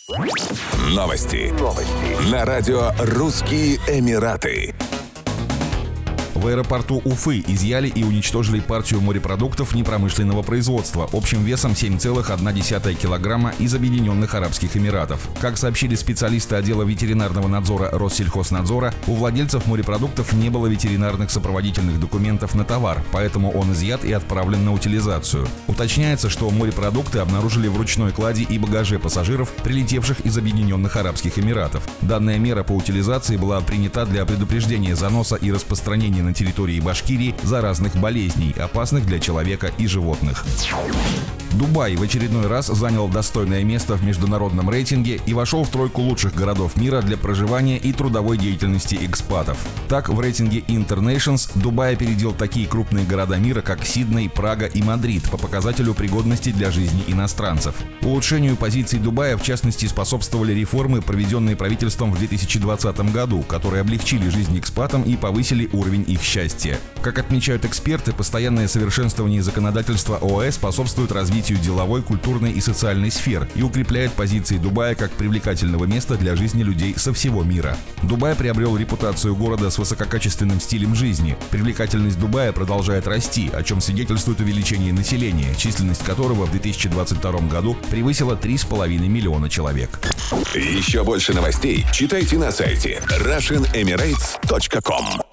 Новости. На радио «Русские Эмираты». В аэропорту Уфы изъяли и уничтожили партию морепродуктов непромышленного производства общим весом 7,1 килограмма из Объединенных Арабских Эмиратов. Как сообщили специалисты отдела ветеринарного надзора Россельхознадзора, у владельцев морепродуктов не было ветеринарных сопроводительных документов на товар, поэтому он изъят и отправлен на утилизацию. Уточняется, что морепродукты обнаружили в ручной клади и багаже пассажиров, прилетевших из Объединенных Арабских Эмиратов. Данная мера по утилизации была принята для предупреждения заноса и распространения на территории Башкирии заразных болезней, опасных для человека и животных. Дубай в очередной раз занял достойное место в международном рейтинге и вошел в тройку лучших городов мира для проживания и трудовой деятельности экспатов. Так, в рейтинге Internations Дубай опередил такие крупные города мира, как Сидней, Прага и Мадрид по показателю пригодности для жизни иностранцев. Улучшению позиций Дубая, в частности, способствовали реформы, проведенные правительством в 2020 году, которые облегчили жизнь экспатам и повысили уровень их счастья. Как отмечают эксперты, постоянное совершенствование законодательства ОАЭ способствует развитию деловой, культурной и социальной сфер и укрепляет позиции Дубая как привлекательного места для жизни людей со всего мира. Дубай приобрел репутацию города с высококачественным стилем жизни. Привлекательность Дубая продолжает расти, о чем свидетельствует увеличение населения, численность которого в 2022 году превысила 3,5 миллиона человек. Еще больше новостей читайте на сайте RussianEmirates.com.